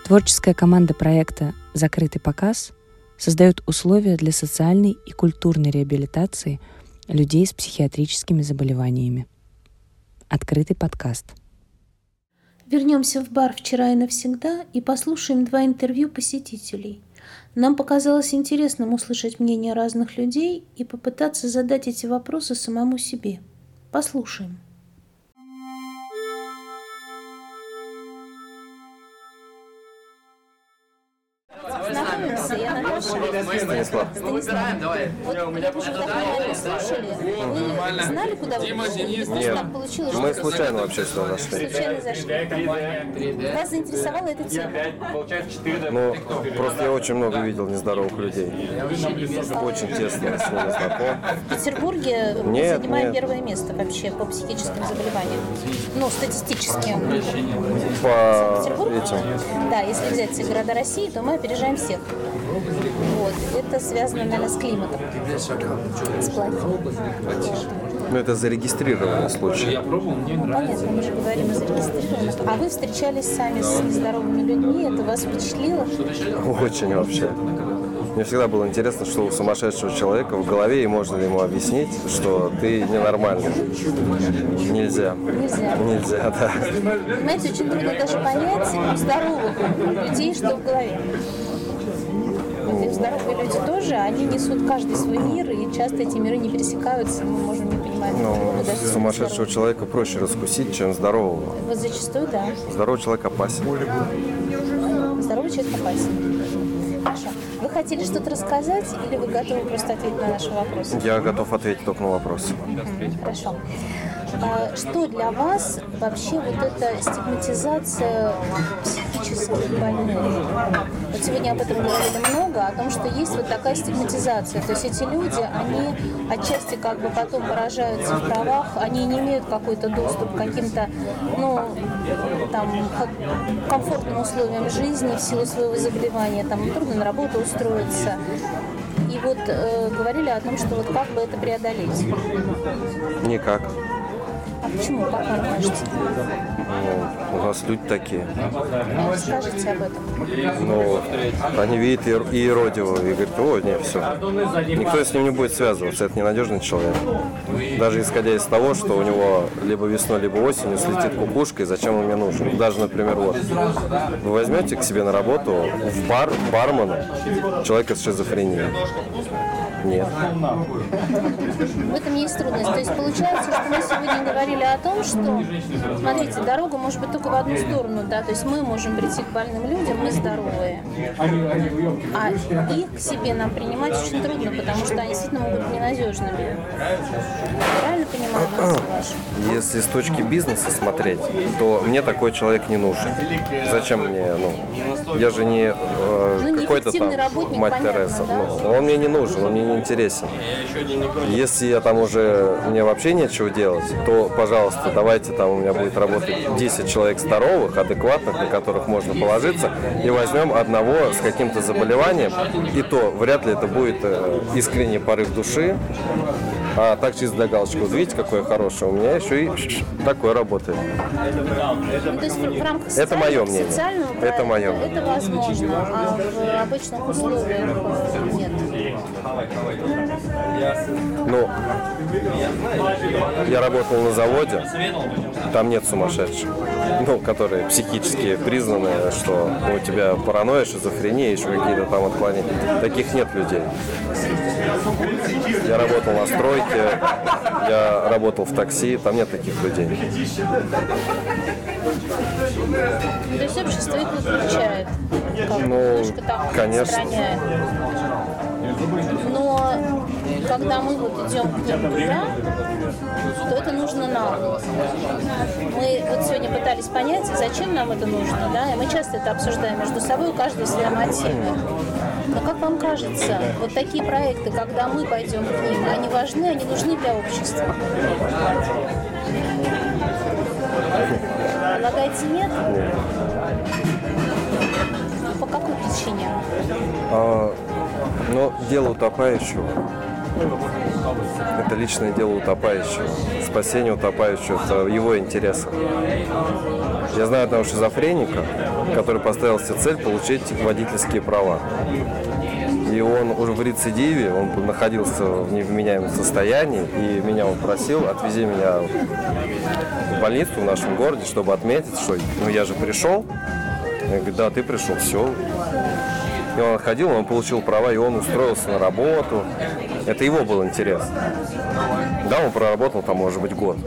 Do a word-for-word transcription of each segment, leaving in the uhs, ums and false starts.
Творческая команда проекта «Закрытый показ» создает условия для социальной и культурной реабилитации людей с психиатрическими заболеваниями. Открытый подкаст. Вернемся в бар «Вчера и навсегда» и послушаем два интервью посетителей. Нам показалось интересным услышать мнение разных людей и попытаться задать эти вопросы самому себе. Послушаем. Знакомимся, я Наташа. Станислав. Станислав. Вот я уже давно не слушали. Вы знали, куда вы пришли? Нет. Так получилось, Мы что случайно вообще сюда зашли. случайно зашли. Вас заинтересовала эта тема? Ну, просто я очень много видел нездоровых людей. Очень тесно с ними знаком. В Петербурге мы Нет, занимаем нет. первое место вообще по психическим заболеваниям. Ну, статистически. По Петербург? этим. Да, если взять все города России, то мы опережаем всех. Вот. Это связано, наверное, с климатом. С плохим. Вот. Ну, это зарегистрированный случай. Ну, понятно, мы же говорим о зарегистрированных. А вы встречались сами с нездоровыми людьми, это вас впечатлило? Очень вообще. Мне всегда было интересно, что у сумасшедшего человека в голове, и можно ли ему объяснить, что ты ненормальный. Нельзя. Нельзя. Нельзя, да. Понимаете, очень трудно даже понять у здоровых людей, что в голове. Вот и здоровые люди тоже, они несут каждый свой мир, и часто эти миры не пересекаются, мы можем не понимать. Ну, даже сумасшедшего здорового. человека проще раскусить, чем здорового. Вот зачастую, да. Здоровый человек опасен. Здоровый человек опасен. Хорошо. Вы хотели что-то рассказать, или вы готовы просто ответить на наши вопросы? Я готов ответить только на вопрос. Мгм, хорошо. А что для вас вообще вот эта стигматизация психически больных? Вот сегодня об этом говорили много, о том, что есть вот такая стигматизация. То есть эти люди, они отчасти как бы потом поражаются в правах, они не имеют какой-то доступ к каким-то, ну, там, к комфортным условиям жизни в силу своего заболевания, там, трудно на работу устроиться. И вот э, говорили о том, что вот как бы это преодолеть. Никак. А почему, как вам кажется? Ну, у нас люди такие. Ну, расскажите об этом. Ну, они видят ир- иеродивого и говорят, о, нет, все. Никто с ним не будет связываться, это ненадежный человек. Даже исходя из того, что у него либо весной, либо осенью слетит кукушка, и зачем он мне нужен. Даже, например, вот, вы возьмете к себе на работу в бар бармена человека с шизофренией? Нет. В этом есть трудность. То есть получается, что мы сегодня говорили о том, что, смотрите, дорога может быть только в одну сторону, да, то есть мы можем прийти к больным людям, мы здоровые, а их к себе нам принимать очень трудно, потому что они действительно могут быть ненадежными. Правильно понимаю мысль вашу? Если с точки бизнеса смотреть, то мне такой человек не нужен. Зачем мне, ну, я же не э, Ну, какой-то там неэффективный работник, мать понятно, Тереза. да? Ну, он мне не нужен, он мне не интересен. Если я там уже, мне вообще нечего делать, то, пожалуйста, давайте там у меня будет работать десять человек здоровых, адекватных, на которых можно положиться, и возьмем одного с каким-то заболеванием, и то вряд ли это будет э, искренний порыв души, а так чисто для галочки. Вот видите, какое хорошее, у меня еще и такое работает. Ну, то есть в рамках Это социального, мое мнение. социального Это проекта мое мнение. это возможно, а в обычных условиях нет. Ну, я работал на заводе, там нет сумасшедших, ну, которые психически признаны, что у тебя паранойя, шизофрения, еще какие-то там отклонения. Таких нет людей. Я работал на стройке, я работал в такси, там нет таких людей. То есть общество их выключает, как Ну, немножко так конечно. отстраняет. Но когда мы вот идем к ним туда, то это нужно нам. Мы вот сегодня пытались понять, зачем нам это нужно, да, и мы часто это обсуждаем между собой, у каждого свои мотивы. Но как вам кажется, вот такие проекты, когда мы пойдем к ним, они важны, они нужны для общества? Полагаете, нет? По какой причине? А, но дело утопающего. Это личное дело утопающего. спасение утопающего в его интересах. Я знаю одного шизофреника, который поставил себе цель получить водительские права. И он уже в рецидиве, он находился в невменяемом состоянии, и меня он просил: отвези меня в больницу в нашем городе, чтобы отметить, что ну я же пришел. Я говорю: да, ты пришел, все. И он ходил, он получил права, и он устроился на работу. Это его был интерес. Да, он проработал там, может быть, год.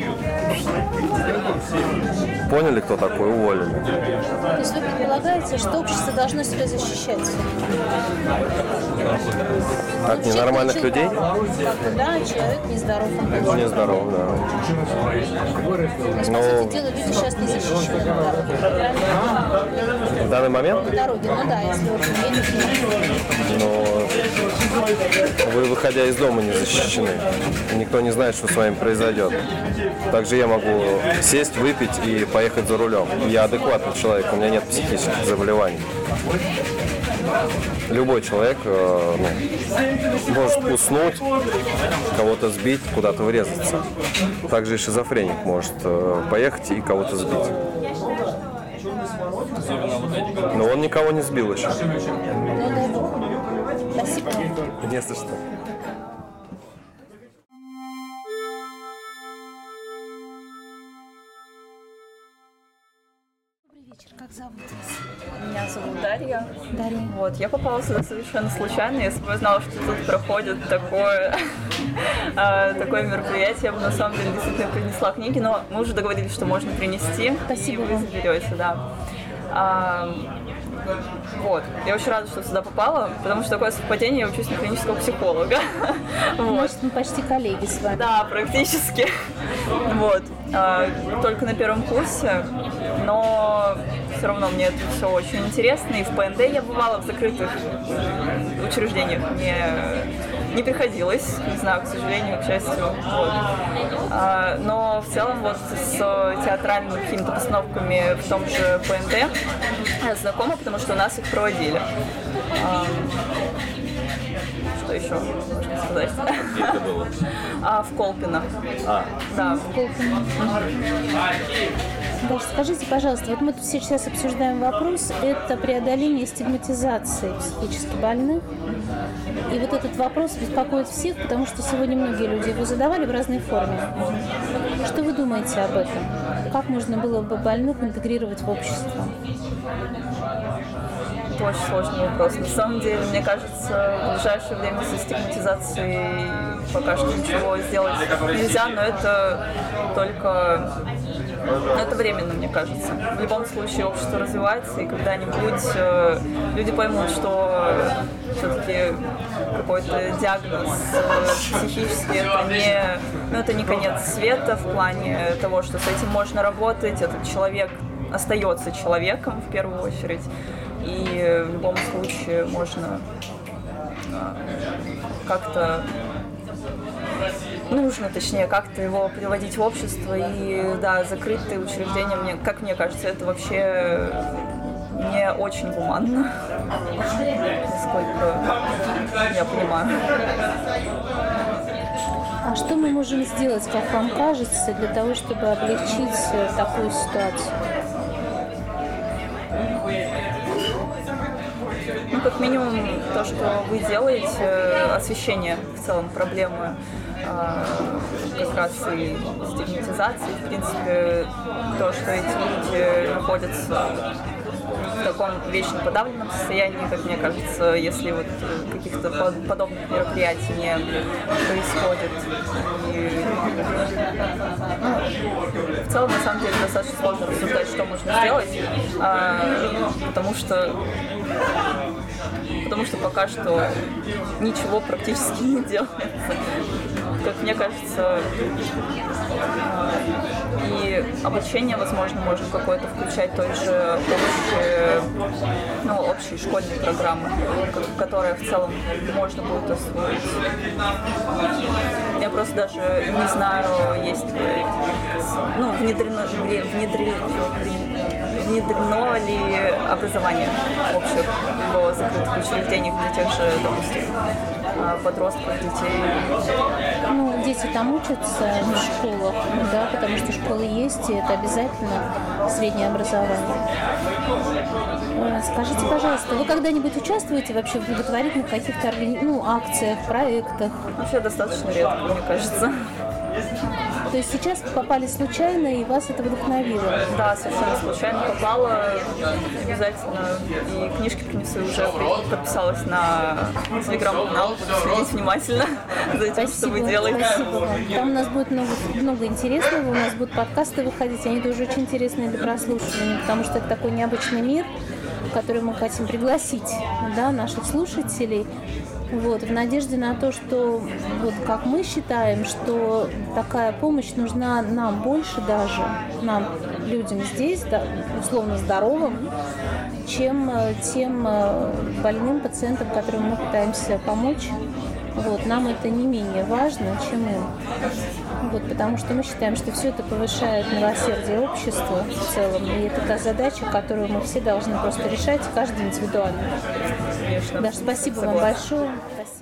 Поняли, кто такой, уволили. То есть вы предполагаете, что общество должно себя защищать? От ненормальных людей? Да, человек нездоров. Он нездоров, да. То есть, по сути дела, люди сейчас не защищены на дороге. В данный момент? На дороге, ну да, если вот едете. Но вы, выходя из дома, не защищены. Никто не знает, что с вами произойдет. Также я могу сесть, выпить и поехать за рулем. Я адекватный человек, у меня нет психических заболеваний. Любой человек э, ну, может уснуть, кого-то сбить, куда-то врезаться. Также и шизофреник может э, поехать и кого-то сбить. Но он никого не сбил еще. Ну дай бог. Спасибо. Не за что. Как зовут вас? Меня зовут Дарья. Дарья. Вот, я попала сюда совершенно случайно. Если бы я знала, что тут проходит такое, такое мероприятие, я бы на самом деле действительно принесла книги, но мы уже договорились, что можно принести. Спасибо. И вы заберете, да. А, вот. Я очень рада, что сюда попала, потому что такое совпадение, я учусь на клинического психолога. Значит, мы почти коллеги с вами. Да, практически. Вот. А, только на первом курсе, но все равно мне это все очень интересно. И в ПНД я бывала, в закрытых учреждениях не, не приходилось, не знаю, к сожалению, к счастью. Вот. А, но в целом вот с театральными какими-то постановками в том же ПНД я знакома, потому что у нас их проводили. А, что еще можно сказать? Где это было? А, в Колпино. А. Да. Даша, скажите, пожалуйста, вот мы тут сейчас обсуждаем вопрос, это преодоление стигматизации психически больных. И вот этот вопрос беспокоит всех, потому что сегодня многие люди его задавали в разной форме. Что вы думаете об этом? Как можно было бы больных интегрировать в общество? Это очень сложный вопрос. На самом деле, мне кажется, в ближайшее время со стигматизацией пока что ничего сделать нельзя, но это только... Это временно, мне кажется. В любом случае общество развивается, и когда-нибудь э, люди поймут, что все-таки какой-то диагноз э, психический это не, ну, это не конец света в плане того, что с этим можно работать, этот человек остается человеком в первую очередь, и в любом случае можно э, как-то нужно, точнее, как-то его приводить в общество, и, да, закрытые учреждения, мне, как мне кажется, это вообще не очень гуманно, насколько я понимаю. А что мы можем сделать, как вам кажется, для того, чтобы облегчить такую ситуацию? Ну, как минимум, то, что вы делаете, освещение в целом проблемы, как раз и стигматизации, в принципе, то, что эти люди находятся в таком вечно подавленном состоянии, как мне кажется, если вот каких-то подобных мероприятий не происходит. И, ну, в целом, на самом деле, достаточно сложно рассуждать, что можно сделать, а, потому что потому что пока что ничего практически не делается. Как мне кажется, и и обучение, возможно, можно какое-то включать той же помощи, ну, общей школьной программы, которая в целом можно будет освоить. Я просто даже не знаю, есть ли, ну, внедрено, внедрено, внедрено ли образование общее в закрытых учреждениях для тех же, допустим, подростков, детей. Ну, дети там учатся в школах, да, потому что школы есть, и это обязательно среднее образование. Скажите, пожалуйста, вы когда-нибудь участвуете вообще в благотворительных каких-то органи... ну, акциях, проектах? Вообще достаточно редко, мне кажется. То есть сейчас вы попали случайно, и вас это вдохновило? Да, совершенно случайно попала. Обязательно и книжки принесу, уже подписалась на телеграм-канал, буду следить внимательно за тем, Спасибо, что вы делаете. Спасибо вам. Там у нас будет много, много интересного, у нас будут подкасты выходить, они тоже очень интересные для прослушивания, потому что это такой необычный мир, в который мы хотим пригласить, да, наших слушателей. Вот, в надежде на то, что, вот как мы считаем, что такая помощь нужна нам больше даже, нам, людям здесь, да, условно здоровым, чем тем больным пациентам, которым мы пытаемся помочь. Вот, нам это не менее важно, чем им. Вот, потому что мы считаем, что все это повышает милосердие общества в целом. И это та задача, которую мы все должны просто решать, каждый индивидуально. Конечно. Даша, спасибо Согласна. вам большое. Спасибо.